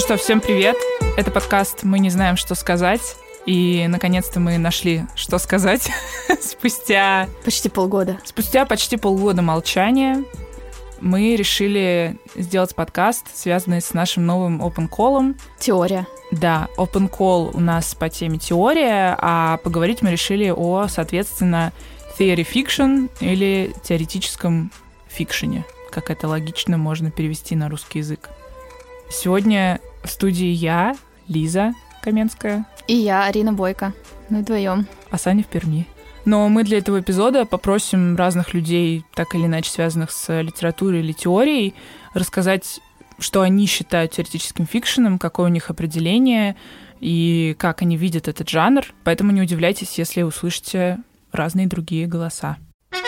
что, всем привет. Это подкаст «Мы не знаем, что сказать». И, наконец-то, мы нашли, что сказать спустя... Почти полгода. Спустя почти полгода молчания мы решили сделать подкаст, связанный с нашим новым open call'ом. Теория. Да, open call у нас по теме теория, а поговорить мы решили о, соответственно, theory fiction или теоретическом фикшене, как это логично можно перевести на русский язык. Сегодня в студии я, Лиза Каменская. И я, Арина Бойко. Мы вдвоем. А Саня в Перми. Но мы для этого эпизода попросим разных людей, так или иначе связанных с литературой или теорией, рассказать, что они считают теоретическим фикшеном, какое у них определение и как они видят этот жанр. Поэтому не удивляйтесь, если услышите разные другие голоса.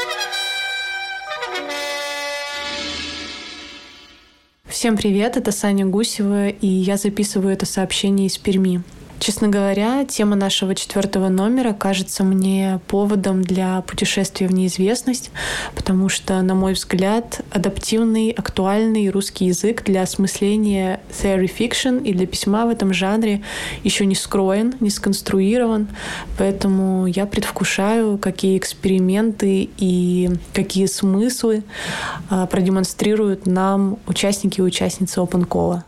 Всем привет, это Саня Гусева, и я записываю это сообщение из Перми. Честно говоря, тема нашего 4 номера кажется мне поводом для путешествия в неизвестность, потому что, на мой взгляд, адаптивный, актуальный русский язык для осмысления theory fiction и для письма в этом жанре еще не скроен, не сконструирован, поэтому я предвкушаю, какие эксперименты и какие смыслы продемонстрируют нам участники и участницы Open Call.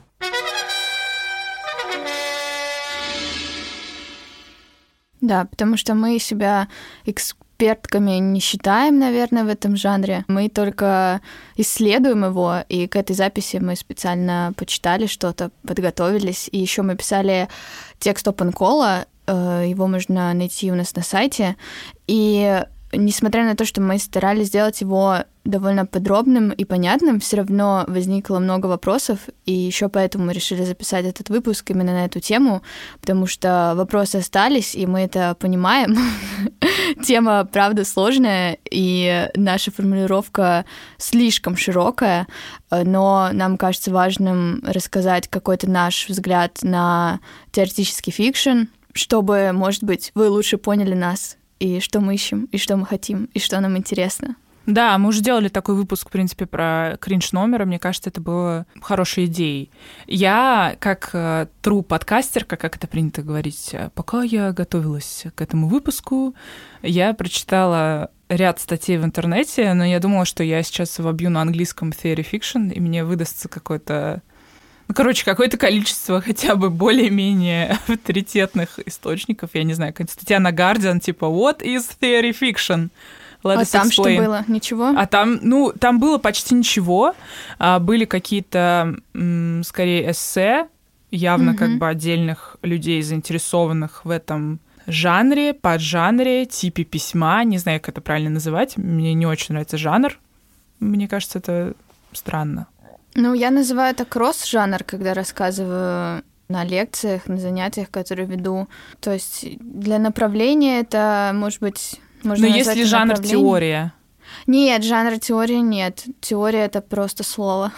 Да, потому что мы себя экспертками не считаем, наверное, в этом жанре. Мы только исследуем его, и к этой записи мы специально почитали что-то, подготовились. И еще мы писали текст Open Call, его можно найти у нас на сайте. И несмотря на то, что мы старались сделать его довольно подробным и понятным, все равно возникло много вопросов, и еще поэтому мы решили записать этот выпуск именно на эту тему, потому что вопросы остались, и мы это понимаем. Тема, правда, сложная, и наша формулировка слишком широкая, но нам кажется важным рассказать какой-то наш взгляд на теоретический фикшн, чтобы, может быть, вы лучше поняли нас, и что мы ищем, и что мы хотим, и что нам интересно. Да, мы уже делали такой выпуск, в принципе, про кринж-номеры. Мне кажется, это было хорошей идеей. Я, как true подкастерка, как это принято говорить, пока я готовилась к этому выпуску, я прочитала ряд статей в интернете, но я думала, что я сейчас вобью на английском theory fiction, и мне выдастся какое-то количество хотя бы более-менее авторитетных источников. Я не знаю, какая-то статья на Guardian, типа «What is theory fiction?» А там explain. Что было? Ничего? А там было почти ничего. Были какие-то, скорее, эссе, явно как бы отдельных людей, заинтересованных в этом жанре, поджанре, типе письма. Не знаю, как это правильно называть. Мне не очень нравится жанр. Мне кажется, это странно. Ну, я называю это кросс-жанр, когда рассказываю на лекциях, на занятиях, которые веду. То есть для направления это, может быть... Но есть ли жанр теория? Нет, жанра теории нет. Теория — это просто слово.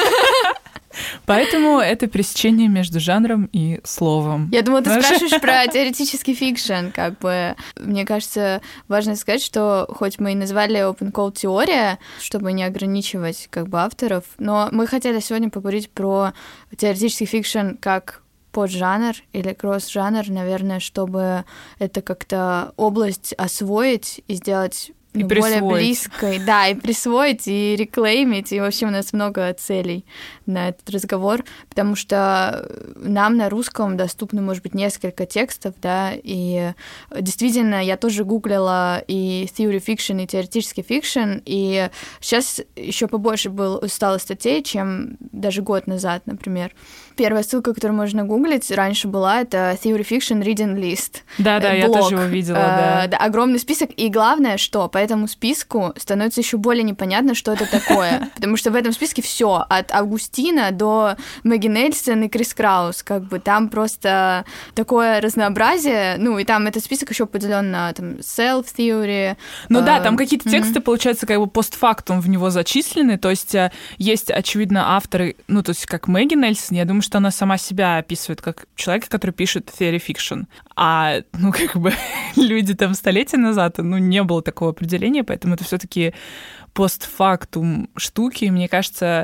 Поэтому это пересечение между жанром и словом. Я думала, ты спрашиваешь про теоретический фикшн. Как бы, мне кажется, важно сказать, что хоть мы и назвали Open Call теория, чтобы не ограничивать как бы авторов, но мы хотели сегодня поговорить про теоретический фикшн как поджанр или кросс-жанр, наверное, чтобы это как-то область освоить и сделать более близкой. Да, и присвоить, и реклеймить, и вообще у нас много целей на этот разговор, потому что нам на русском доступно, может быть, несколько текстов, да, и действительно я тоже гуглила и theory fiction, и теоретический фикшн, и сейчас еще побольше стало статей, чем даже год назад, например. Первая ссылка, которую можно гуглить, раньше была, это Theory Fiction Reading List. Да-да, я тоже его видела, да. Огромный список, и главное, что по этому списку становится еще более непонятно, что это такое, потому что в этом списке все от Августина до Мэгги Нельсон и Крис Краус, как бы там просто такое разнообразие, ну, и там этот список еще поделен на там self-theory. Ну да, там какие-то тексты, получается, как бы постфактум в него зачислены, то есть есть, очевидно, авторы, ну, то есть как Мэгги Нельсон, я думаю, что она сама себя описывает как человека, который пишет theory fiction. А, ну, как бы люди там столетия назад, ну, не было такого определения, поэтому это все-таки постфактум штуки. Мне кажется,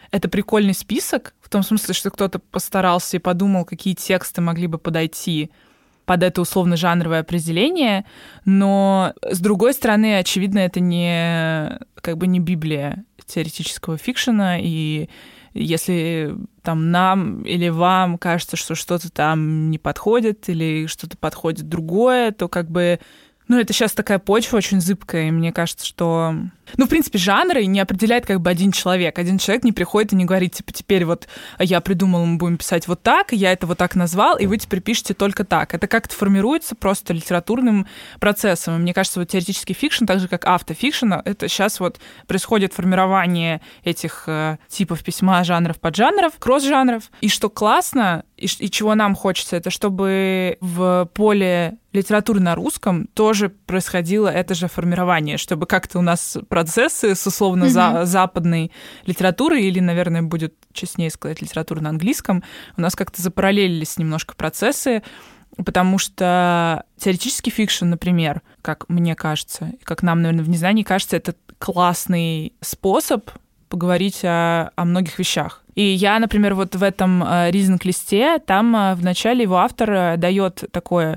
это прикольный список, в том смысле, что кто-то постарался и подумал, какие тексты могли бы подойти под это условно-жанровое определение, но, с другой стороны, очевидно, это не Библия теоретического фикшена, и если там нам или вам кажется, что что-то там не подходит или что-то подходит другое, то это сейчас такая почва очень зыбкая, и мне кажется, что... в принципе, жанры не определяет один человек. Один человек не приходит и не говорит, теперь вот я придумал, мы будем писать вот так, я это вот так назвал, и вы теперь пишете только так. Это как-то формируется просто литературным процессом. И мне кажется, вот теоретический фикшн, так же, как автофикшн, это сейчас вот происходит формирование этих типов письма, жанров, поджанров, кросс-жанров. И что классно, и чего нам хочется, это чтобы в поле литературы на русском тоже происходило это же формирование, чтобы как-то у нас процессы с условно западной литературой, или, наверное, будет честнее сказать, литературы на английском, у нас как-то запараллелились немножко процессы, потому что теоретический фикшн, например, как мне кажется, и как нам, наверное, в незнании кажется, это классный способ поговорить о многих вещах. И я, например, вот в этом ризинг-листе, там в начале его автор дает такое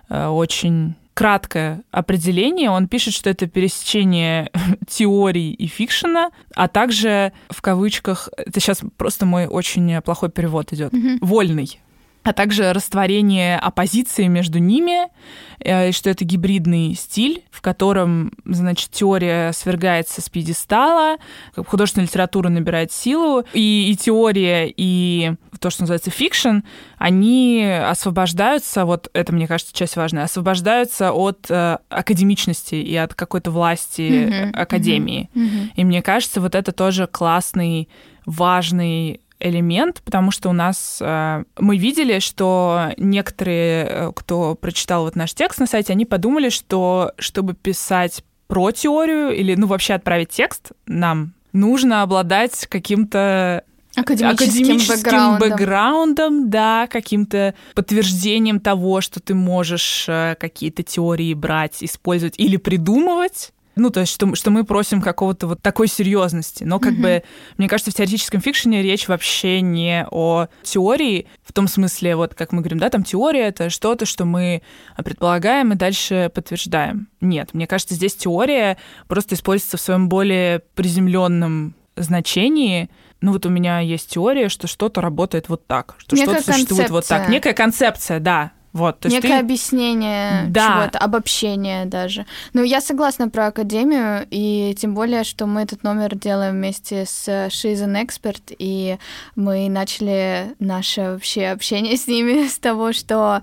очень краткое определение. Он пишет, что это пересечение теории и фикшена, а также, в кавычках, это сейчас просто мой очень плохой перевод идет, вольный, а также растворение оппозиции между ними, что это гибридный стиль, в котором, значит, теория свергается с пьедестала, художественная литература набирает силу, и теория, и то, что называется фикшн, они освобождаются, вот это, мне кажется, часть важная, освобождаются от академичности и от какой-то власти академии. И мне кажется, вот это тоже классный, важный элемент, потому что у нас мы видели, что некоторые, кто прочитал вот наш текст на сайте, они подумали, что чтобы писать про теорию или, вообще отправить текст, нам нужно обладать каким-то академическим бэкграундом, да, каким-то подтверждением того, что ты можешь какие-то теории брать, использовать или придумывать. То есть, что мы просим какого-то вот такой серьезности. Но мне кажется, в теоретическом фикшене речь вообще не о теории, в том смысле, вот как мы говорим, да, там теория — это что-то, что мы предполагаем и дальше подтверждаем. Нет, мне кажется, здесь теория просто используется в своем более приземленном значении. Вот у меня есть теория, что что-то работает вот так, что что-то существует вот так. Некая концепция, да. Вот, то есть некое объяснение чего-то, обобщение даже. Я согласна про академию, и тем более, что мы этот номер делаем вместе с She's an Expert, и мы начали наше вообще общение с ними с того, что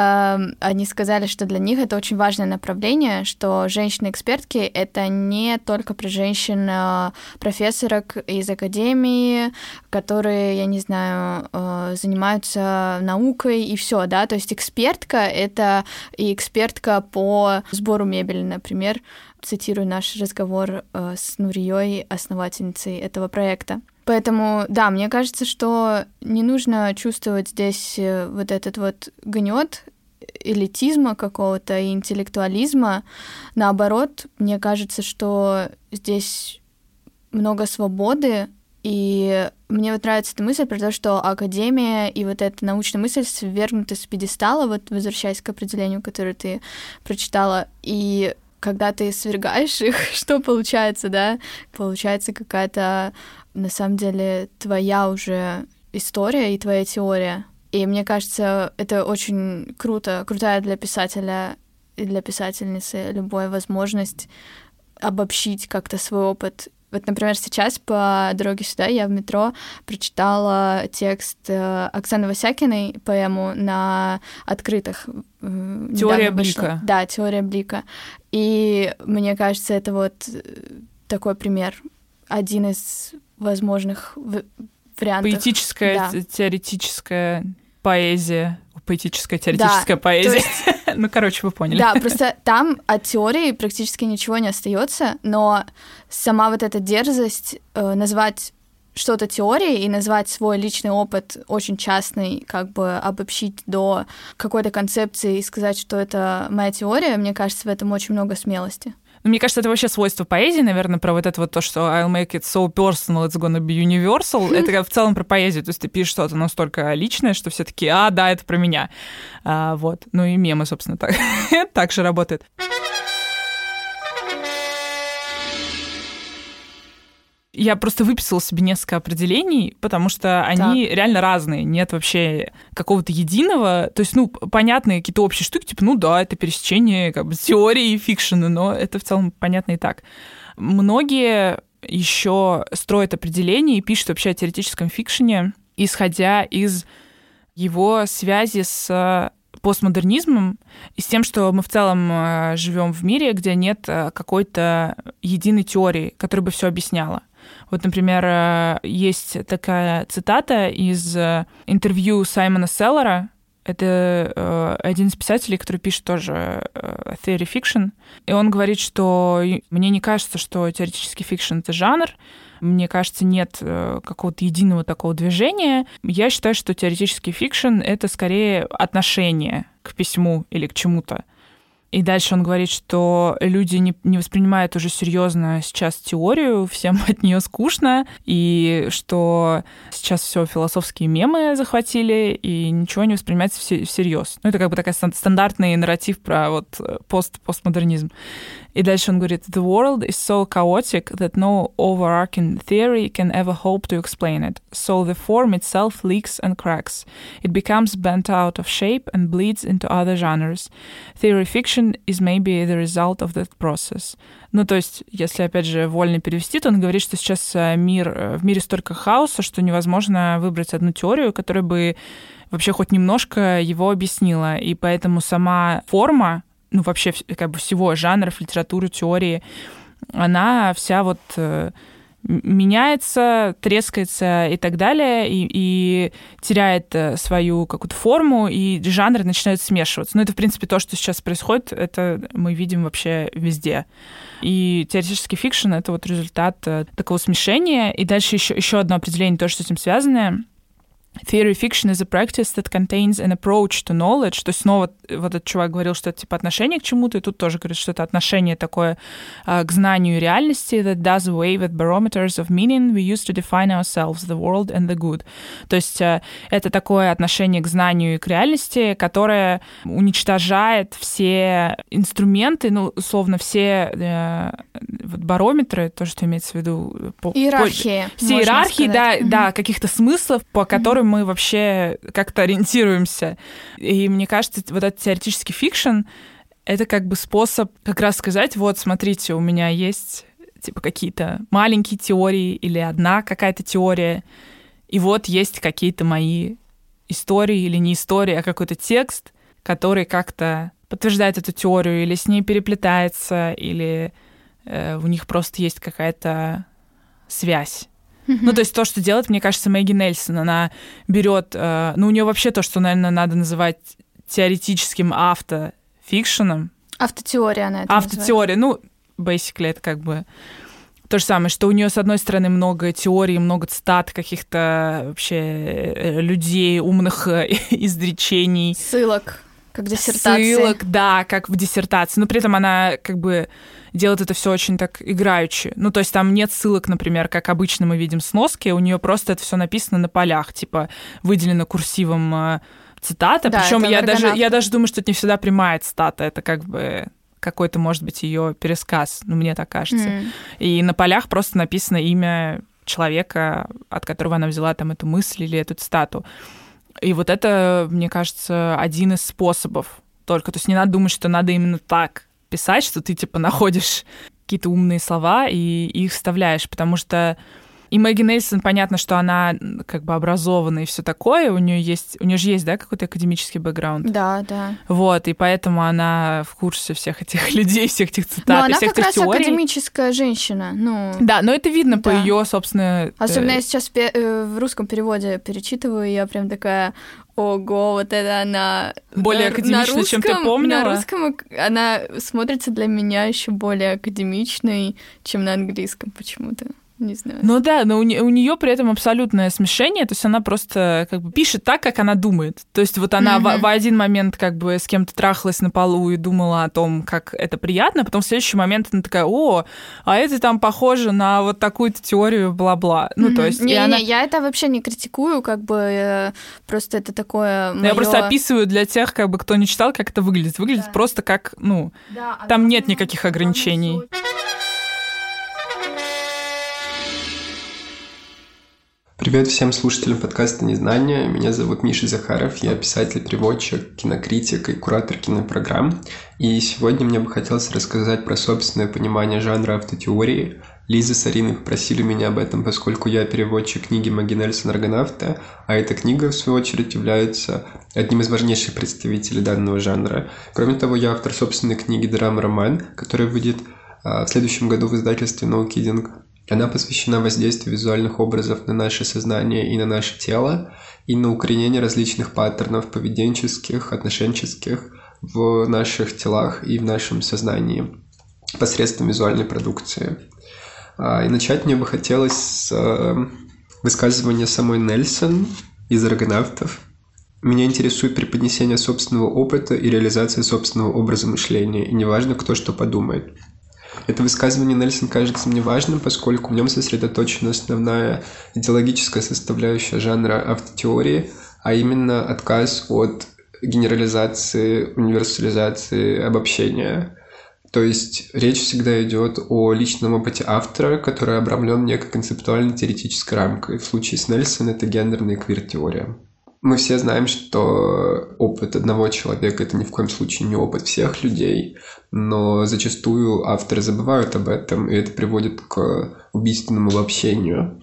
они сказали, что для них это очень важное направление, что женщины-экспертки — это не только про женщин-профессорок из академии, которые, я не знаю, занимаются наукой и все, да, то есть экспертка — это и экспертка по сбору мебели, например. Цитирую наш разговор с Нурией, основательницей этого проекта. Поэтому, да, мне кажется, что не нужно чувствовать здесь вот этот вот гнет элитизма какого-то и интеллектуализма. Наоборот, мне кажется, что здесь много свободы. И мне вот нравится эта мысль про то, что академия и вот эта научная мысль свергнуты с пьедестала, вот возвращаясь к определению, которое ты прочитала, и когда ты свергаешь их, что получается, да? Получается какая-то, на самом деле, твоя уже история и твоя теория. И мне кажется, это очень крутая для писателя и для писательницы любая возможность обобщить как-то свой опыт. Вот, например, сейчас по дороге сюда я в метро прочитала текст Оксаны Васякиной, поэму «На открытых». «Теория Блика». Да, «Теория Блика». И мне кажется, это вот такой пример, один из возможных вариантов. Поэтическая, да. Теоретическая поэзия. Поэтическая, теоретическая поэзия. Есть... вы поняли. Да, просто там от теории практически ничего не остается, но сама вот эта дерзость назвать что-то теорией и назвать свой личный опыт очень частный, обобщить до какой-то концепции и сказать, что это моя теория, мне кажется, в этом очень много смелости. Ну, мне кажется, это вообще свойство поэзии, наверное, про вот это вот то, что I'll make it so personal, it's gonna be universal. Это в целом про поэзию. То есть ты пишешь что-то настолько личное, что все таки да, это про меня. Вот. Ну и мемы, собственно, так же работают. Я просто выписала себе несколько определений, потому что они реально разные. Нет вообще какого-то единого. То есть, понятные какие-то общие штуки, типа, это пересечение теории и фикшена, но это в целом понятно и так. Многие еще строят определения и пишут вообще о теоретическом фикшене, исходя из его связи с постмодернизмом и с тем, что мы в целом живем в мире, где нет какой-то единой теории, которая бы все объясняла. Вот, например, есть такая цитата из интервью Саймона Селлера. Это один из писателей, который пишет тоже theory fiction. И он говорит, что мне не кажется, что теоретический фикшн — это жанр. Мне кажется, нет какого-то единого такого движения. Я считаю, что теоретический фикшн — это скорее отношение к письму или к чему-то. И дальше он говорит, что люди не воспринимают уже серьезно сейчас теорию, всем от нее скучно, и что сейчас все философские мемы захватили, и ничего не воспринимается всерьез. Это как бы такой стандартный нарратив про постмодернизм. И дальше он говорит, the world is so chaotic that no overarching theory can ever hope to explain it. So the form itself leaks and cracks. It becomes bent out of shape and bleeds into other genres. Theory fiction is maybe the result of that process. То есть, если, опять же, вольно перевести, то он говорит, что сейчас в мире столько хаоса, что невозможно выбрать одну теорию, которая бы вообще хоть немножко его объяснила. И поэтому сама форма, вообще как бы всего жанров, литературы, теории, она вся меняется, трескается и так далее, и теряет свою какую-то форму, и жанры начинают смешиваться. Это, в принципе, то, что сейчас происходит, это мы видим вообще везде. И теоретический фикшн — это результат такого смешения. И дальше еще одно определение, тоже с этим связанное. Theory fiction is a practice that contains an approach to knowledge. То есть снова этот чувак говорил, что это типа отношение к чему-то, и тут тоже говорит, что это отношение такое к знанию реальности, that does away with barometers of meaning we use to define ourselves, the world and the good. То есть это такое отношение к знанию и к реальности, которое уничтожает все инструменты, условно, все барометры, то, что имеется в виду... Иерархии. Все иерархии, да, каких-то смыслов, по которым мы вообще как-то ориентируемся. И мне кажется, этот теоретический фикшн — это как бы способ как раз сказать, смотрите, у меня есть типа какие-то маленькие теории или одна какая-то теория, и есть какие-то мои истории или не истории, а какой-то текст, который как-то подтверждает эту теорию или с ней переплетается, или у них просто есть какая-то связь. То есть то, что делает, мне кажется, Мэгги Нельсон, она берет, у нее вообще то, что, наверное, надо называть теоретическим автофикшеном. Автотеория она это Автотеория, basically, это как бы то же самое, что у нее, с одной стороны, много теорий, много цитат каких-то вообще людей, умных изречений. Ссылок, как диссертации. Ссылок, да, как в диссертации. Но при этом она как бы делает это все очень так играючи. То есть там нет ссылок, например, как обычно мы видим сноски, у нее просто это все написано на полях, типа выделено курсивом цитата. Да, причем я даже думаю, что это не всегда прямая цитата, это как бы какой-то, может быть, ее пересказ, мне так кажется. И на полях просто написано имя человека, от которого она взяла там эту мысль или эту цитату. И это, мне кажется, один из способов только. То есть не надо думать, что надо именно так писать, что ты типа находишь какие-то умные слова и их вставляешь, потому что и Мэгги Нельсон, понятно, что она как бы образована и все такое, у нее же есть, да, какой-то академический бэкграунд. Да, да. И поэтому она в курсе всех этих людей, всех этих цитат, но она всех как этих теорий. Она как раз академическая женщина, Да, но это видно по ее, собственно... Особенно я сейчас в русском переводе перечитываю, и я прям такая... Ого, это она... Более академичная, чем ты помнила? На русском она смотрится для меня еще более академичной, чем на английском почему-то. не знаю. Ну да, но у нее при этом абсолютное смешение, то есть она просто как бы пишет так, как она думает. То есть вот она в один момент как бы с кем-то трахалась на полу и думала о том, как это приятно, потом в следующий момент она такая: о, а это там похоже на вот такую-то теорию, бла-бла. Ну, то есть... Я это вообще не критикую, как бы просто это такое... Я просто описываю для тех, как бы, кто не читал, как это выглядит. Выглядит просто как, там нет никаких ограничений. Привет всем слушателям подкаста «Незнание». Меня зовут Миша Захаров, я писатель-переводчик, кинокритик и куратор кинопрограмм. И сегодня мне бы хотелось рассказать про собственное понимание жанра автотеории. Лиза с Ариной попросили меня об этом, поскольку я переводчик книги Маги Нельсон «Аргонавты», а эта книга, в свою очередь, является одним из важнейших представителей данного жанра. Кроме того, я автор собственной книги «Драма-роман», которая выйдет в следующем году в издательстве No Kidding. Она посвящена воздействию визуальных образов на наше сознание и на наше тело, и на укоренение различных паттернов поведенческих, отношенческих в наших телах и в нашем сознании посредством визуальной продукции. И начать мне бы хотелось с высказывания самой Нельсон из «Аргонавтов». Меня интересует преподнесение собственного опыта и реализация собственного образа мышления, и неважно, кто что подумает. Это высказывание Нельсон кажется мне важным, поскольку в нем сосредоточена основная идеологическая составляющая жанра автотеории, а именно отказ от генерализации, универсализации, обобщения. То есть речь всегда идет о личном опыте автора, который обрамлен некой концептуально-теоретической рамкой. В случае с Нельсон это гендерная квир-теория. Мы все знаем, что опыт одного человека – это ни в коем случае не опыт всех людей, но зачастую авторы забывают об этом, и это приводит к убийственному обобщению.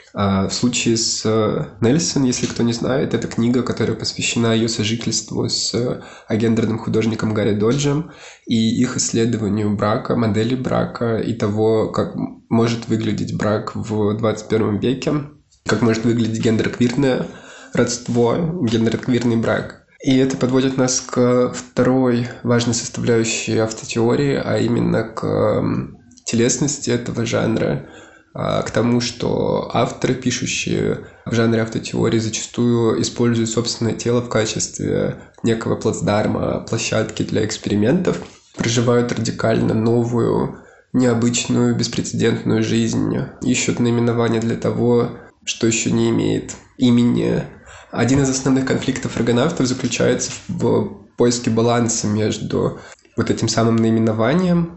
В случае с Нельсон, если кто не знает, это книга, которая посвящена ее сожительству с агендерным художником Гарри Доджем и их исследованию брака, модели брака и того, как может выглядеть брак в 21 веке, как может выглядеть гендер-квирное родство, гендер-квирный брак. И это подводит нас к второй важной составляющей автотеории, а именно к телесности этого жанра, к тому, что авторы, пишущие в жанре автотеории, зачастую используют собственное тело в качестве некого плацдарма, площадки для экспериментов, проживают радикально новую, необычную, беспрецедентную жизнь, ищут наименования для того, что еще не имеет имени. Один из основных конфликтов аргонавтов заключается в поиске баланса между вот этим самым наименованием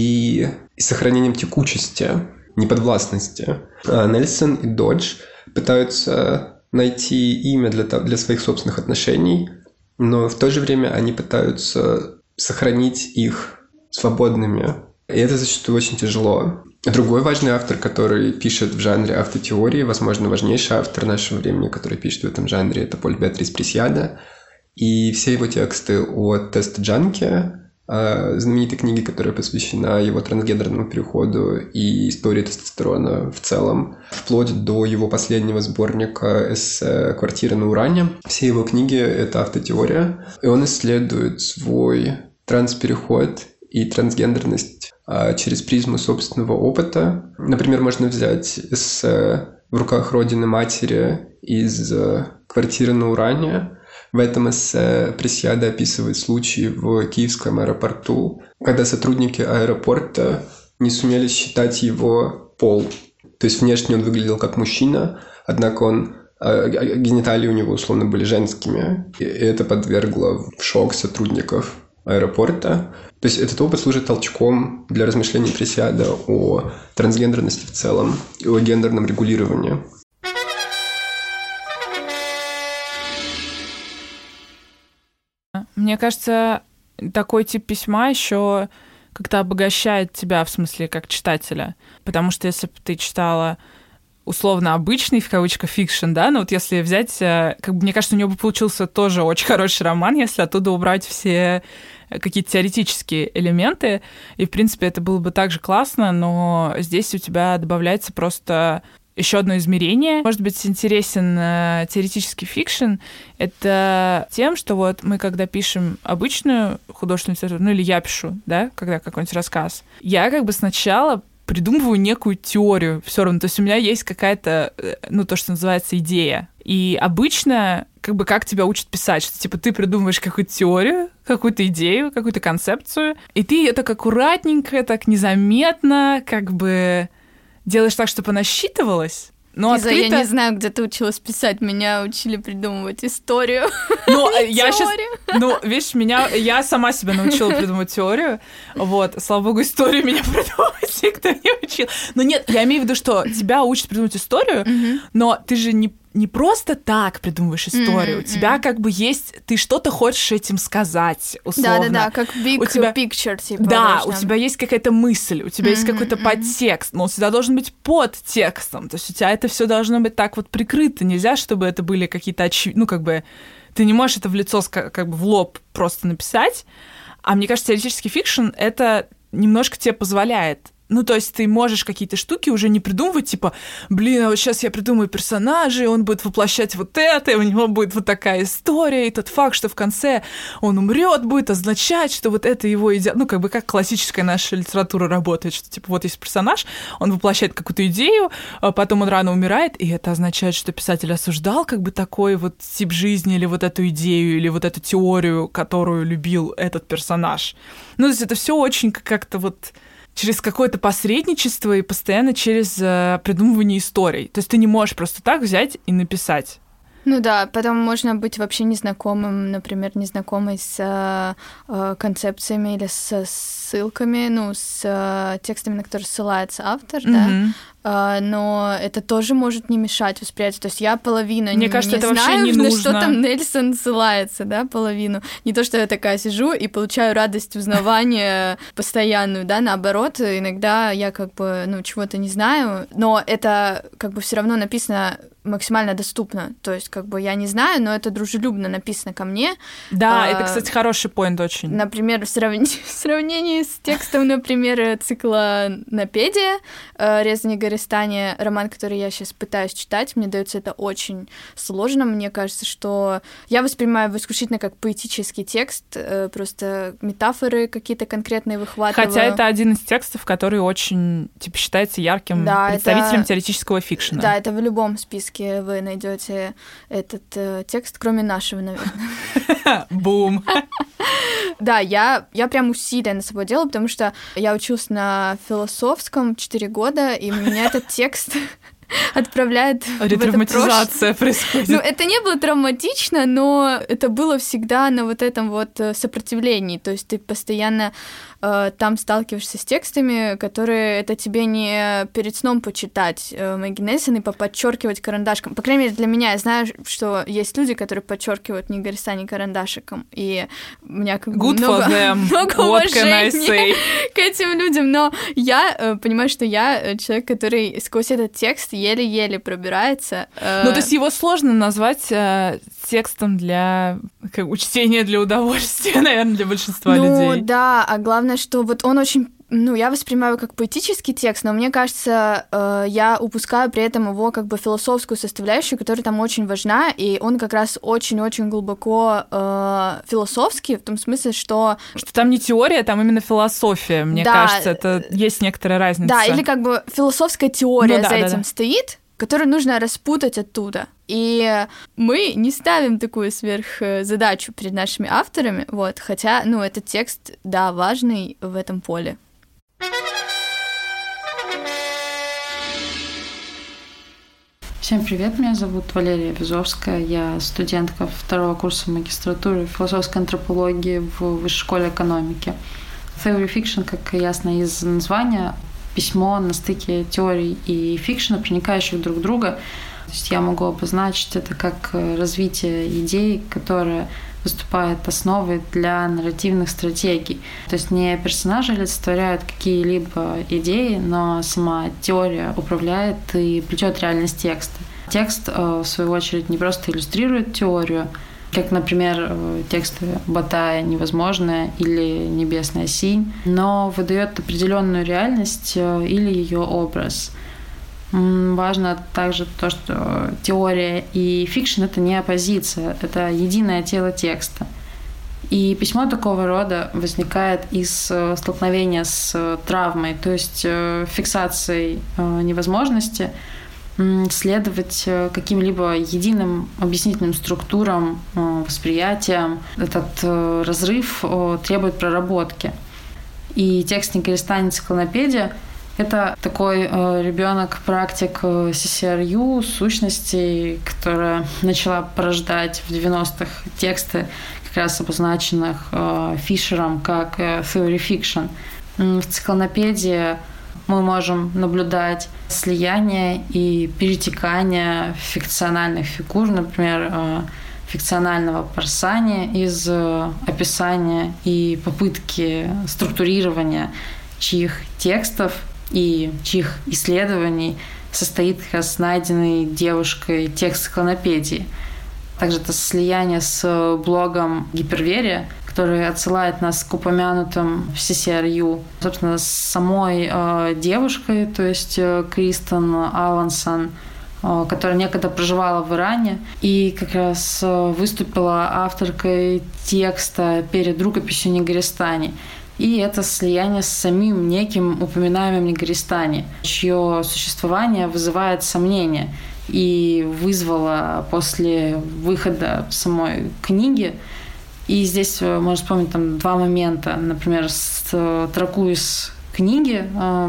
и сохранением текучести, неподвластности. Нельсон и Додж пытаются найти имя для своих собственных отношений, но в то же время они пытаются сохранить их свободными. И это зачастую очень тяжело. Другой важный автор, который пишет в жанре автотеории, возможно, важнейший автор нашего времени, который пишет в этом жанре, это Поль Беатрис Пресьяда. И все его тексты о тест-джанке, знаменитой книге, которая посвящена его трансгендерному переходу и истории тестостерона в целом, вплоть до его последнего сборника эссе «Квартира на Уране». Все его книги — это автотеория, и он исследует свой транспереход и трансгендерность через призму собственного опыта. Например, можно взять эссе «В руках Родины Матери» из «Квартиры на Уране». В этом эссе Пресьяда описывает случай в Киевском аэропорту, когда сотрудники аэропорта не сумели считать его пол. То есть внешне он выглядел как мужчина, однако гениталии у него условно были женскими. И это подвергло в шок сотрудников аэропорта. То есть этот опыт служит толчком для размышлений Пресьяда о трансгендерности в целом и о гендерном регулировании. Мне кажется, такой тип письма еще как-то обогащает тебя, в смысле, как читателя. Потому что если бы ты читала условно обычный, в кавычках, фикшн, да, но вот если взять, как бы, мне кажется, у него бы получился тоже очень хороший роман, если оттуда убрать все какие-то теоретические элементы, и, в принципе, это было бы также классно, но здесь у тебя добавляется просто еще одно измерение. Может быть, интересен теоретический фикшн. Это тем, что вот мы, когда пишем обычную художественную литературу, ну или я пишу, да, когда какой-нибудь рассказ, я как бы сначала придумываю некую теорию все равно. То есть у меня есть какая-то, то, что называется, идея. И обычно, как тебя учат писать, что, типа, ты придумываешь какую-то теорию, какую-то идею, какую-то концепцию, и ты ее так аккуратненько, так незаметно, делаешь так, чтобы она считывалась. Но Лиза, я не знаю, где ты училась писать. Меня учили придумывать историю. Я я сама себя научила придумывать теорию. Вот, слава богу, историю меня придумывать никто не учил. Но нет, я имею в виду, что тебя учат придумывать историю, но ты же не просто так придумываешь историю. У тебя есть... Ты что-то хочешь этим сказать, условно. Да-да-да, как big picture, типа. Да, у тебя есть какая-то мысль, у тебя есть какой-то подтекст, но у тебя должен быть под текстом. То есть у тебя это все должно быть так вот прикрыто. Нельзя, чтобы это были какие-то ты не можешь это в лицо, в лоб просто написать. А мне кажется, теоретический фикшн это немножко тебе позволяет. То есть ты можешь какие-то штуки уже не придумывать, типа, а вот сейчас я придумаю персонажа, и он будет воплощать вот это, и у него будет вот такая история, и тот факт, что в конце он умрет, будет означать, что вот это его идея. Как классическая наша литература работает, что, типа, вот есть персонаж, он воплощает какую-то идею, а потом он рано умирает, и это означает, что писатель осуждал такой вот тип жизни, или вот эту идею, или вот эту теорию, которую любил этот персонаж. То есть это все очень как-то через какое-то посредничество и постоянно через придумывание историй. То есть ты не можешь просто так взять и написать. Потом можно быть вообще незнакомым, например, незнакомой с концепциями или с ссылками, с текстами, на которые ссылается автор, да, но это тоже может не мешать восприятию. То есть я половину Мне кажется, это знаю, вообще не нужно. На что там Нельсон ссылается, да, половину. Не то, что я такая сижу и получаю радость узнавания постоянную, да, наоборот, иногда я чего-то не знаю, но это все равно написано максимально доступно. То есть, я не знаю, но это дружелюбно написано ко мне. Да, это, кстати, хороший поинт очень. Например, в сравнении с текстом, например, цикла «Напедия» Резани Гористани, роман, который я сейчас пытаюсь читать, мне дается это очень сложно. Мне кажется, что я воспринимаю его исключительно как поэтический текст, просто метафоры какие-то конкретные выхватываю. Хотя это один из текстов, который очень, считается ярким представителем теоретического фикшена. Да, это в любом списке вы найдете этот текст, кроме нашего, наверное. Бум! Да, я прям усилия над собой делала, потому что я училась на философском 4 года, и у меня этот текст отправляет ретравматизация происходит. Это не было травматично, но это было всегда на этом сопротивлении. То есть ты постоянно там сталкиваешься с текстами, которые это тебе не перед сном почитать Мэгги Нельсон и подчеркивать карандашком. По крайней мере, для меня, я знаю, что есть люди, которые подчеркивают не Гористани карандашиком, и у меня много уважения к этим людям, но я понимаю, что я человек, который сквозь этот текст еле-еле пробирается. То есть его сложно назвать текстом для чтения для удовольствия, наверное, для большинства людей. Да, а главное, что он очень... я воспринимаю как поэтический текст, но мне кажется, я упускаю при этом его философскую составляющую, которая там очень важна, и он как раз очень-очень глубоко философский, в том смысле, что... Что там не теория, там именно философия, мне кажется, это есть некоторая разница. Да, или философская теория за этим стоит, которую нужно распутать оттуда. И мы не ставим такую сверхзадачу перед нашими авторами, хотя, этот текст, да, важный в этом поле. Всем привет, меня зовут Валерия Вязовская, я студентка 2-го курса магистратуры философской антропологии в Высшей школе экономики. Theory Fiction, как ясно из названия, письмо на стыке теорий и фикшена, проникающих друг в друга. То есть я могу обозначить это как развитие идей, которая выступает основой для нарративных стратегий. То есть не персонажи олицетворяют какие-либо идеи, но сама теория управляет и плетет реальность текста. Текст, в свою очередь, не просто иллюстрирует теорию, как, например, тексты Батая «Невозможное» или «Небесная синь», но выдает определенную реальность или ее образ. Важно также то, что теория и фикшн — это не оппозиция, это единое тело текста. То есть теория, она может быть, например, иллюстрировать теорию, как, например, текст Батая «Невозможное» или «Небесная синь», но выдает определенную реальность или ее образ. Важно также то, что теория и фикшн — это не оппозиция, это единое тело текста. И письмо такого рода возникает из столкновения с травмой, то есть фиксацией невозможности следовать каким-либо единым объяснительным структурам, восприятиям. Этот разрыв требует проработки. И текст «Негористань энциклопедия» — это такой ребенок-практик CCRU, сущностей, которая начала порождать в 90-х тексты, как раз обозначенных Фишером как theory fiction. В циклонопедии мы можем наблюдать слияние и перетекание фикциональных фигур, например, фикционального парсания из описания и попытки структурирования чьих текстов и чьих исследований состоит как раз найденный девушкой текст циклонопедии. Также это слияние с блогом Гиперверия, который отсылает нас к упомянутым в CCRU, собственно, с самой девушкой, то есть Кристен Алансон, которая некогда проживала в Иране и как раз выступила авторкой текста перед рукописью «Негористани». И это слияние с самим неким упоминаемым Негористани, чье существование вызывает сомнения и вызвало после выхода самой книги. И здесь можно вспомнить там два момента. Например, строку из книги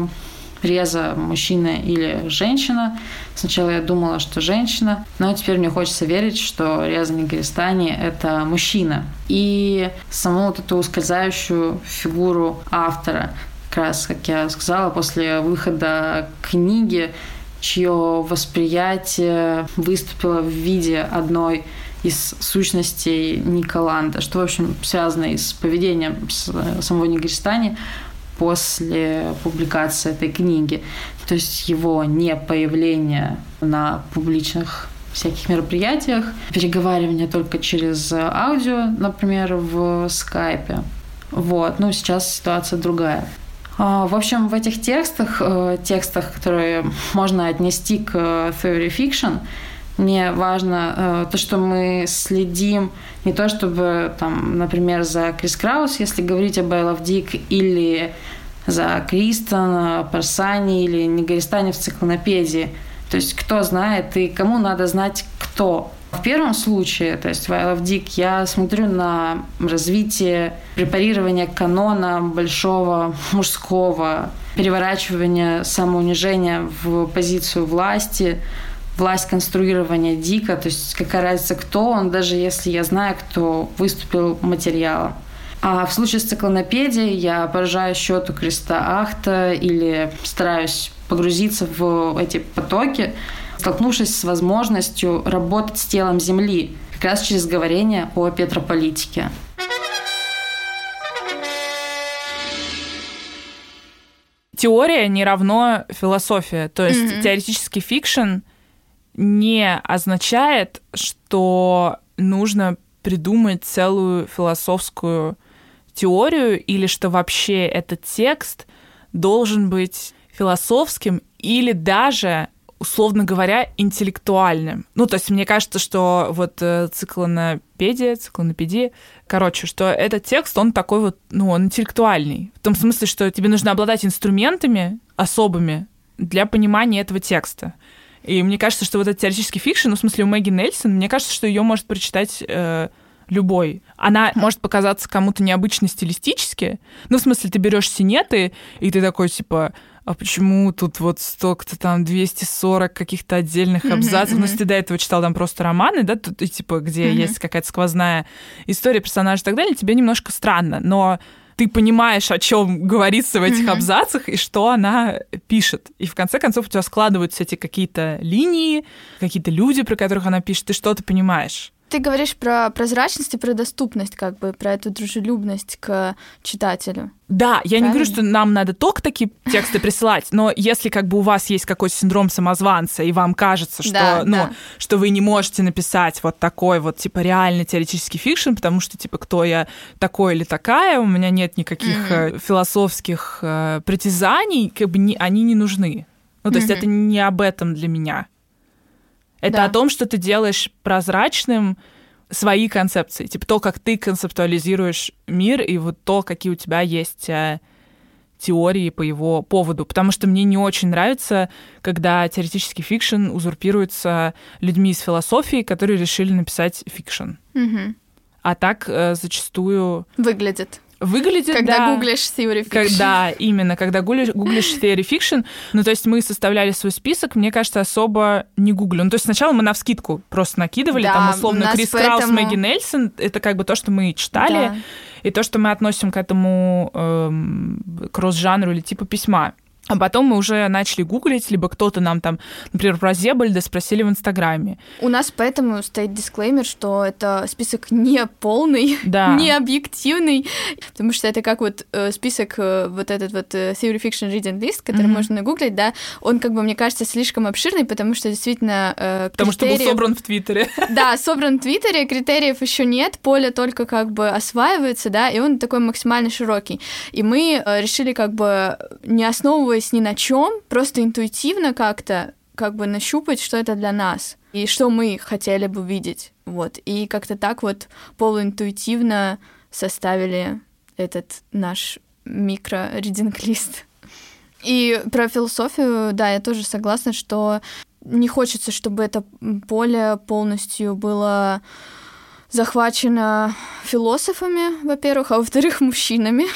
Реза мужчина или женщина. Сначала я думала, что женщина, но теперь мне хочется верить, что Реза Негористани — это мужчина. И саму вот эту ускользающую фигуру автора, как раз, как я сказала, после выхода книги, чье восприятие выступило в виде одной из сущностей Ника Ланда, что, в общем, связано и с поведением самого Негористани после публикации этой книги. То есть его не появление на публичных всяких мероприятиях, переговаривание только через аудио, например, в скайпе. Вот. Ну, сейчас ситуация другая. В общем, в этих текстах, которые можно отнести к theory fiction, мне важно то, что мы следим не то чтобы, там, например, за Крис Краус, если говорить об I Love Dick, или за Кристен, Парсани или Негористани в циклонопедии. То есть кто знает и кому надо знать кто. В первом случае, то есть в I Love Dick, я смотрю на развитие препарирования канона большого мужского, переворачивания самоунижения в позицию власти, власть конструирования Дика, то есть какая разница, кто он, даже если я знаю, кто выступил материалом. А в случае с циклонопедией я поражаю счету Криста Ахта или стараюсь погрузиться в эти потоки, столкнувшись с возможностью работать с телом Земли, как раз через говорение о петрополитике. Теория не равно философия. То есть теоретический фикшн не означает, что нужно придумать целую философскую теорию или что вообще этот текст должен быть философским или даже, условно говоря, интеллектуальным. Ну, то есть мне кажется, что вот циклонопедия, короче, что этот текст, он такой вот, ну, он интеллектуальный. В том смысле, что тебе нужно обладать инструментами особыми для понимания этого текста. И мне кажется, что вот этот теоретический фикшн, ну, в смысле, у Мэгги Нельсон, мне кажется, что ее может прочитать любой. Она может показаться кому-то необычно стилистически. Ну, в смысле, ты берешь синеты, и ты такой, типа, а почему тут вот столько-то там 240 каких-то отдельных абзацев? Ну, если ты до этого читал там просто романы, да, тут, типа, где есть какая-то сквозная история персонажа и так далее, тебе немножко странно, но ты понимаешь, о чем говорится в этих абзацах и что она пишет. И в конце концов у тебя складываются эти какие-то линии, какие-то люди, про которых она пишет, ты что-то понимаешь. Ты говоришь про прозрачность и про доступность, как бы, про эту дружелюбность к читателю. Да, я не говорю, что нам надо только такие тексты присылать, но если как бы у вас есть какой-то синдром самозванца, и вам кажется, что, что вы не можете написать вот такой вот, типа, реальный теоретический фикшн, потому что, типа, кто я такой или такая, у меня нет никаких философских притязаний, как бы они не нужны. Ну, то есть это не об этом для меня. Это о том, что ты делаешь прозрачным свои концепции, типа то, как ты концептуализируешь мир, и вот то, какие у тебя есть теории по его поводу. Потому что мне не очень нравится, когда теоретический фикшн узурпируется людьми из философии, которые решили написать фикшн. Угу. А так зачастую... Выглядит, когда да, гуглишь theory fiction. Да, именно, когда гуглишь theory fiction. Ну, то есть мы составляли свой список, мне кажется, особо не гуглю. Ну, то есть сначала мы навскидку просто накидывали, да, там, условно, Крис поэтому... Краус, Мэгги Нельсон, это как бы то, что мы читали, да. и то, что мы относим к этому кросс-жанру или типа письма. А потом мы уже начали гуглить, либо кто-то нам там, например, про Зебальда спросили в Инстаграме. У нас поэтому стоит дисклеймер, что это список не полный, да. не объективный, потому что это как вот список вот этот вот Theory Fiction Reading List, который можно нагуглить, да, он как бы, мне кажется, слишком обширный, потому что действительно потому что был собран в Твиттере. Да, собран в Твиттере, критериев еще нет, поле только как бы осваивается, да, и он такой максимально широкий. И мы решили как бы не основываясь ни на чем, просто интуитивно как-то как бы нащупать, что это для нас и что мы хотели бы видеть. Вот. И как-то так вот полуинтуитивно составили этот наш микро-ридинг-лист. И про философию, да, я тоже согласна, что не хочется, чтобы это поле полностью было захвачено философами, во-первых, а во-вторых, мужчинами.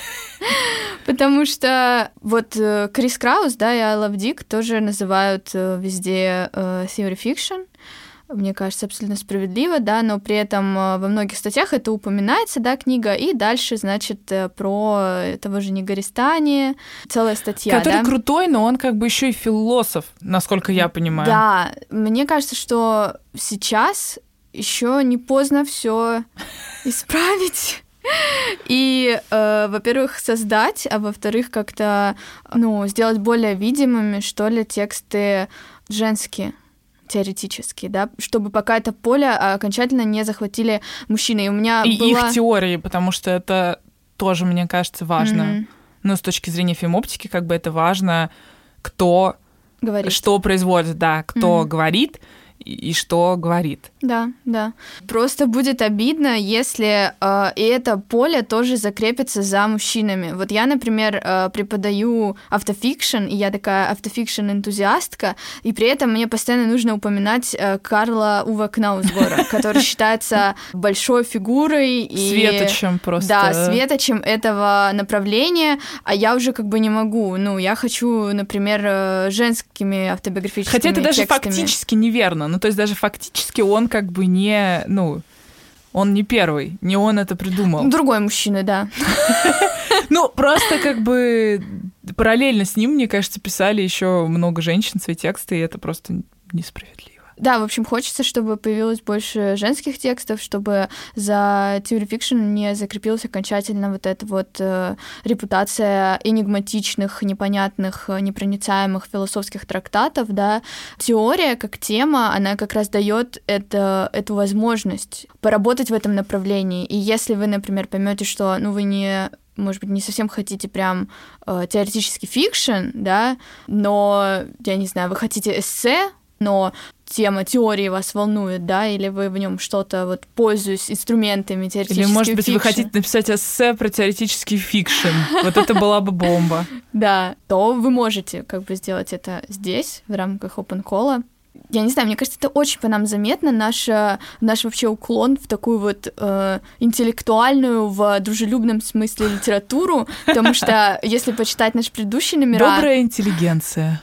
Потому что вот Крис Краус, да, и I Love Dick тоже называют везде theory fiction. Мне кажется, абсолютно справедливо, да, но при этом во многих статьях это упоминается, да, книга, и дальше, значит, про того же Нигаристани, целая статья, который да? Крутой, но он как бы еще и философ, насколько я понимаю. Да, мне кажется, что сейчас еще не поздно все исправить. И, во-первых, создать, а во-вторых, как-то, сделать более видимыми, что ли, тексты женские, теоретические, да, чтобы пока это поле окончательно не захватили мужчины. И у меня их теории, потому что это тоже, мне кажется, важно. Ну, с точки зрения фемоптики, как бы это важно, кто говорит. Что производит, да, кто говорит, и что говорит. Да, да. Просто будет обидно, если и это поле тоже закрепится за мужчинами. Вот я, например, преподаю автофикшн, и я такая автофикшн-энтузиастка, и при этом мне постоянно нужно упоминать Карла Уве Кнаусгора, который считается большой фигурой. И светочем просто. Да, светочем этого направления, а я уже как бы не могу. Я хочу, например, женскими автобиографическими Хотя это даже текстами. Фактически неверно. То есть даже фактически он как бы не, он не первый, не он это придумал. Другой мужчина, да. Просто как бы параллельно с ним, мне кажется, писали еще много женщин свои тексты, и это просто несправедливо. Да, в общем, хочется, чтобы появилось больше женских текстов, чтобы за theory fiction не закрепилась окончательно вот эта вот репутация энигматичных, непонятных, непроницаемых философских трактатов, да. Теория как тема, она как раз дает эту возможность поработать в этом направлении. И если вы, например, поймете, что, вы не... может быть, не совсем хотите прям теоретический фикшн, да, но, я не знаю, вы хотите эссе, но тема теории вас волнует, да, или вы в нем что-то, вот, пользуясь инструментами теоретического фикшн. Или, может быть, вы хотите написать эссе про теоретический фикшн. Вот это была бы бомба. Да, то вы можете как бы сделать это здесь, в рамках Open Call. Я не знаю, мне кажется, это очень по нам заметно, наш вообще уклон в такую вот интеллектуальную, в дружелюбном смысле литературу, потому что если почитать наши предыдущие номера... Добрая интеллигенция.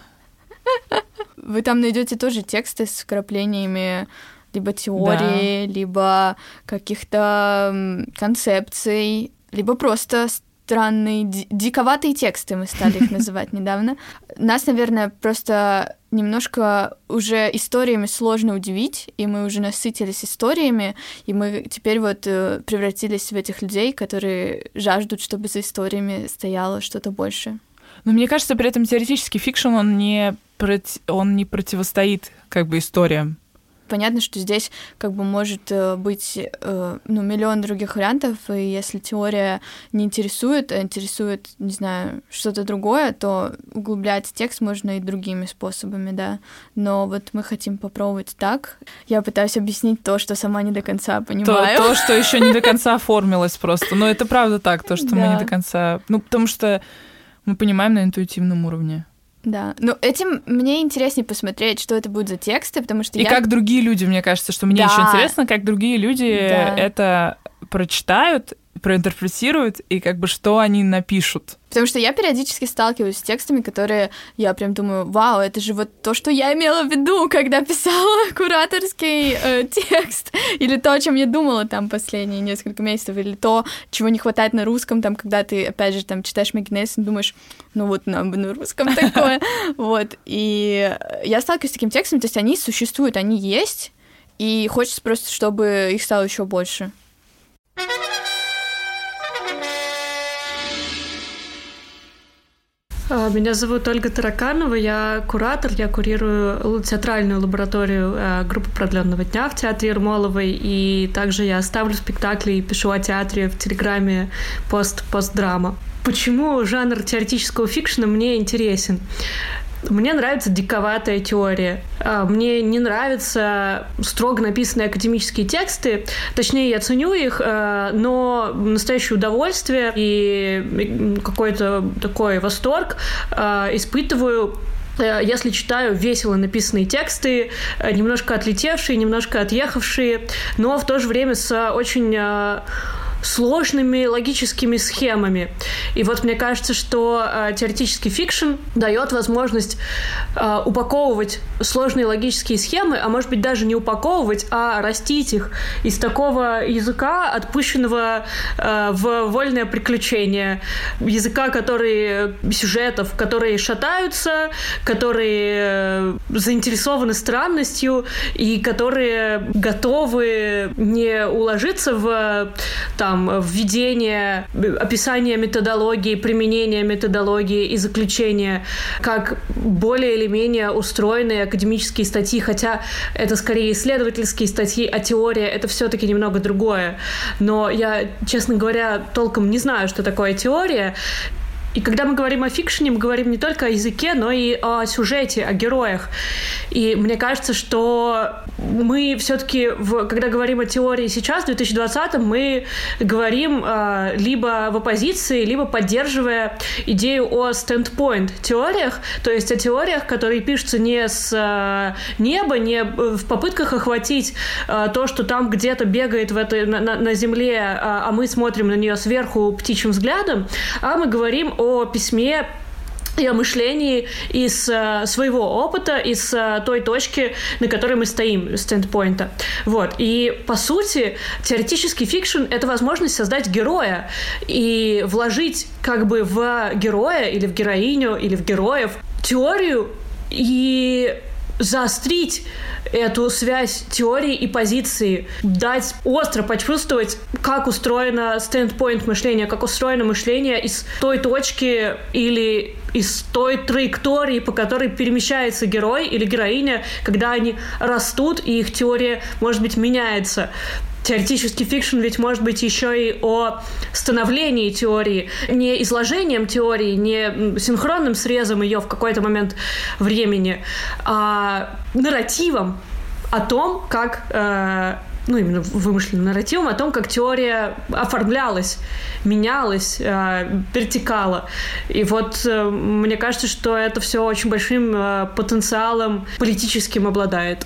Вы там найдете тоже тексты с вкраплениями либо теории, да, либо каких-то концепций, либо просто странные, диковатые тексты, мы стали их называть недавно. Нас, наверное, просто немножко уже историями сложно удивить, и мы уже насытились историями, и мы теперь вот превратились в этих людей, которые жаждут, чтобы за историями стояло что-то больше. Но мне кажется, при этом теоретический фикшн, он не противостоит как бы историям. понятно, что здесь как бы может быть миллион других вариантов, и если теория не интересует, а интересует, не знаю, что-то другое, то углублять текст можно и другими способами, да. Но вот мы хотим попробовать так. Я пытаюсь объяснить то, что сама не до конца понимаю. То, что еще не до конца оформилось просто. Но это правда так, то, что мы не до конца... потому что мы понимаем на интуитивном уровне. Да, этим мне интереснее посмотреть, что это будет за тексты, потому что как другие люди, мне кажется, что мне еще интересно, как другие люди это прочитают, проинтерпретируют, и как бы что они напишут. Потому что я периодически сталкиваюсь с текстами, которые я прям думаю, вау, это же вот то, что я имела в виду, когда писала кураторский текст, или то, о чем я думала там последние несколько месяцев, или то, чего не хватает на русском, там, когда ты, опять же, там, читаешь Мэгги Нельсон, думаешь, нам бы на русском такое, вот, и я сталкиваюсь с таким текстом, то есть они существуют, они есть, и хочется просто, чтобы их стало еще больше. Меня зовут Ольга Тараканова, я куратор, я курирую театральную лабораторию группы «Продленного дня» в театре Ермоловой, и также я ставлю спектакли и пишу о театре в Телеграме «Постдрама». Почему жанр теоретического фикшена мне интересен? Мне нравится диковатая теория. Мне не нравятся строго написанные академические тексты. Точнее, я ценю их, но настоящее удовольствие и какой-то такой восторг испытываю, если читаю весело написанные тексты, немножко отлетевшие, немножко отъехавшие, но в то же время с очень сложными логическими схемами. И вот мне кажется, что теоретический фикшн дает возможность упаковывать сложные логические схемы, а может быть даже не упаковывать, а растить их из такого языка, отпущенного в вольное приключение. Языка, сюжетов, которые шатаются, которые заинтересованы странностью и которые готовы не уложиться в введение, описание методологии, применение методологии и заключение, как более или менее устроенные академические статьи, хотя это скорее исследовательские статьи, а теория — это все-таки немного другое. Но я, честно говоря, толком не знаю, что такое теория. И когда мы говорим о фикшене, мы говорим не только о языке, но и о сюжете, о героях. И мне кажется, что мы все-таки, когда говорим о теории сейчас, в 2020-м, мы говорим либо в оппозиции, либо поддерживая идею о standpoint теориях, то есть о теориях, которые пишутся не с неба, не в попытках охватить то, что там где-то бегает на земле, а мы смотрим на нее сверху птичьим взглядом, а мы говорим о письме и о мышлении из своего опыта, из той точки, на которой мы стоим, стендпоинта. Вот. И, по сути, теоретический фикшн — это возможность создать героя и вложить как бы в героя или в героиню, или в героев теорию и заострить эту связь теории и позиции, дать остро почувствовать, как устроено стендпоинт мышления, как устроено мышление из той точки или из той траектории, по которой перемещается герой или героиня, когда они растут, и их теория, может быть, меняется. Теоретический фикшн ведь может быть еще и о становлении теории, не изложением теории, не синхронным срезом ее в какой-то момент времени, а нарративом о том, как, именно вымышленным нарративом о том, как теория оформлялась, менялась, перетекала. И вот мне кажется, что это все очень большим потенциалом политическим обладает.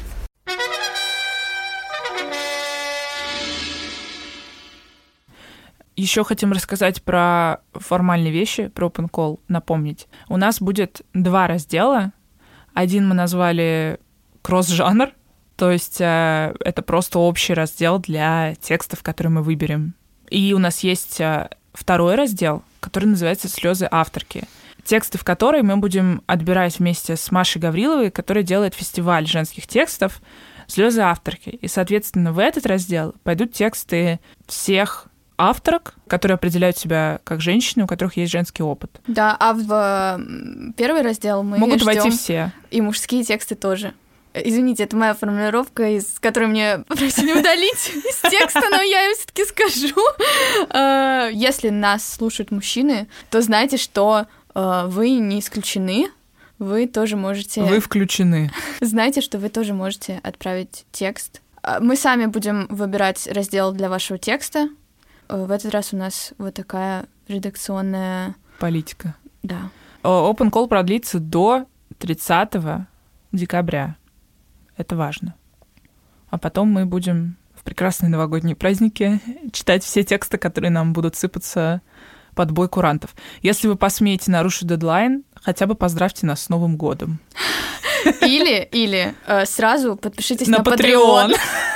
Еще хотим рассказать про формальные вещи, про Open Call, напомнить. У нас будет 2 раздела. Один мы назвали кросс-жанр, то есть это просто общий раздел для текстов, которые мы выберем. И у нас есть 2 раздел, который называется «Слезы авторки». Тексты, в которые мы будем отбирать вместе с Машей Гавриловой, которая делает фестиваль женских текстов «Слезы авторки». И, соответственно, в этот раздел пойдут тексты всех авторок, которые определяют себя как женщины, у которых есть женский опыт. Да, а в первый раздел мы могут войти все. И мужские тексты тоже. Извините, это моя формулировка, из которой мне попросили удалить из текста, но я ее все-таки скажу. Если нас слушают мужчины, то знайте, что вы не исключены, вы тоже можете... Вы включены. Знайте, что вы тоже можете отправить текст. Мы сами будем выбирать раздел для вашего текста. В этот раз у нас вот такая редакционная... Политика. Да. Open Call продлится до 30 декабря. Это важно. А потом мы будем в прекрасные новогодние праздники читать все тексты, которые нам будут сыпаться под бой курантов. Если вы посмеете нарушить дедлайн, хотя бы поздравьте нас с Новым годом. Или сразу подпишитесь на Patreon.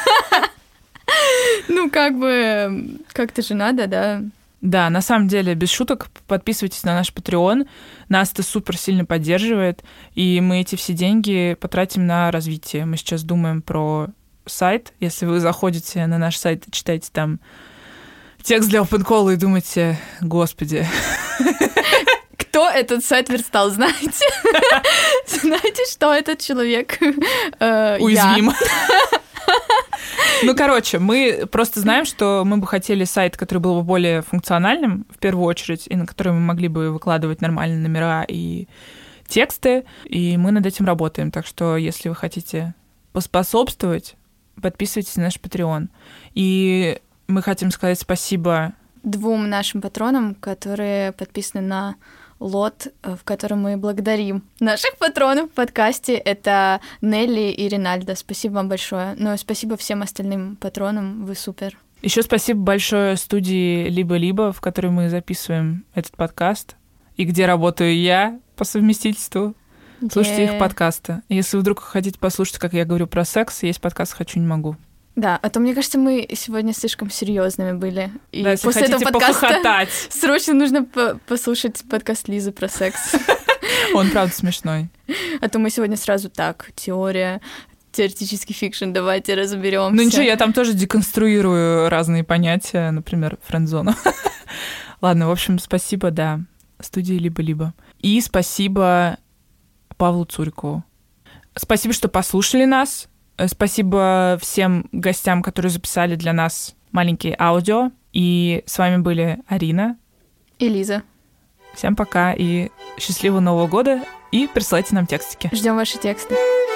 Ну, как-то же надо, да? Да, на самом деле, без шуток, подписывайтесь на наш Patreon. Нас это супер сильно поддерживает, и мы эти все деньги потратим на развитие. Мы сейчас думаем про сайт. Если вы заходите на наш сайт и читаете там текст для Open Call и думаете, господи... Кто этот сайт верстал, знаете? Знаете, что этот человек? Уязвим. Ну, короче, мы просто знаем, что мы бы хотели сайт, который был бы более функциональным, в первую очередь, и на который мы могли бы выкладывать нормальные номера и тексты, и мы над этим работаем. Так что, если вы хотите поспособствовать, подписывайтесь на наш Patreon. И мы хотим сказать спасибо 2 нашим патронам, которые подписаны на лот, в котором мы благодарим наших патронов в подкасте. Это Нелли и Ринальдо. Спасибо вам большое. Ну и спасибо всем остальным патронам. Вы супер. Еще спасибо большое студии «Либо-либо», в которой мы записываем этот подкаст, и где работаю я по совместительству. Слушайте их подкасты. Если вы вдруг хотите послушать, как я говорю про секс, есть подкаст «Хочу, не могу». Да, а то, мне кажется, мы сегодня слишком серьезными были. И да, если после этого подкаста похохотать. Срочно нужно послушать подкаст Лизы про секс. Он, правда, смешной. А то мы сегодня сразу так, теоретический фикшн, давайте разберемся. Ну ничего, я там тоже деконструирую разные понятия, например, френдзону. Ладно, в общем, спасибо, да, студии «Либо-либо». И спасибо Павлу Цурикову. Спасибо, что послушали нас. Спасибо всем гостям, которые записали для нас маленькие аудио. И с вами были Арина и Лиза. Всем пока и счастливого Нового года. И присылайте нам текстики. Ждем ваши тексты.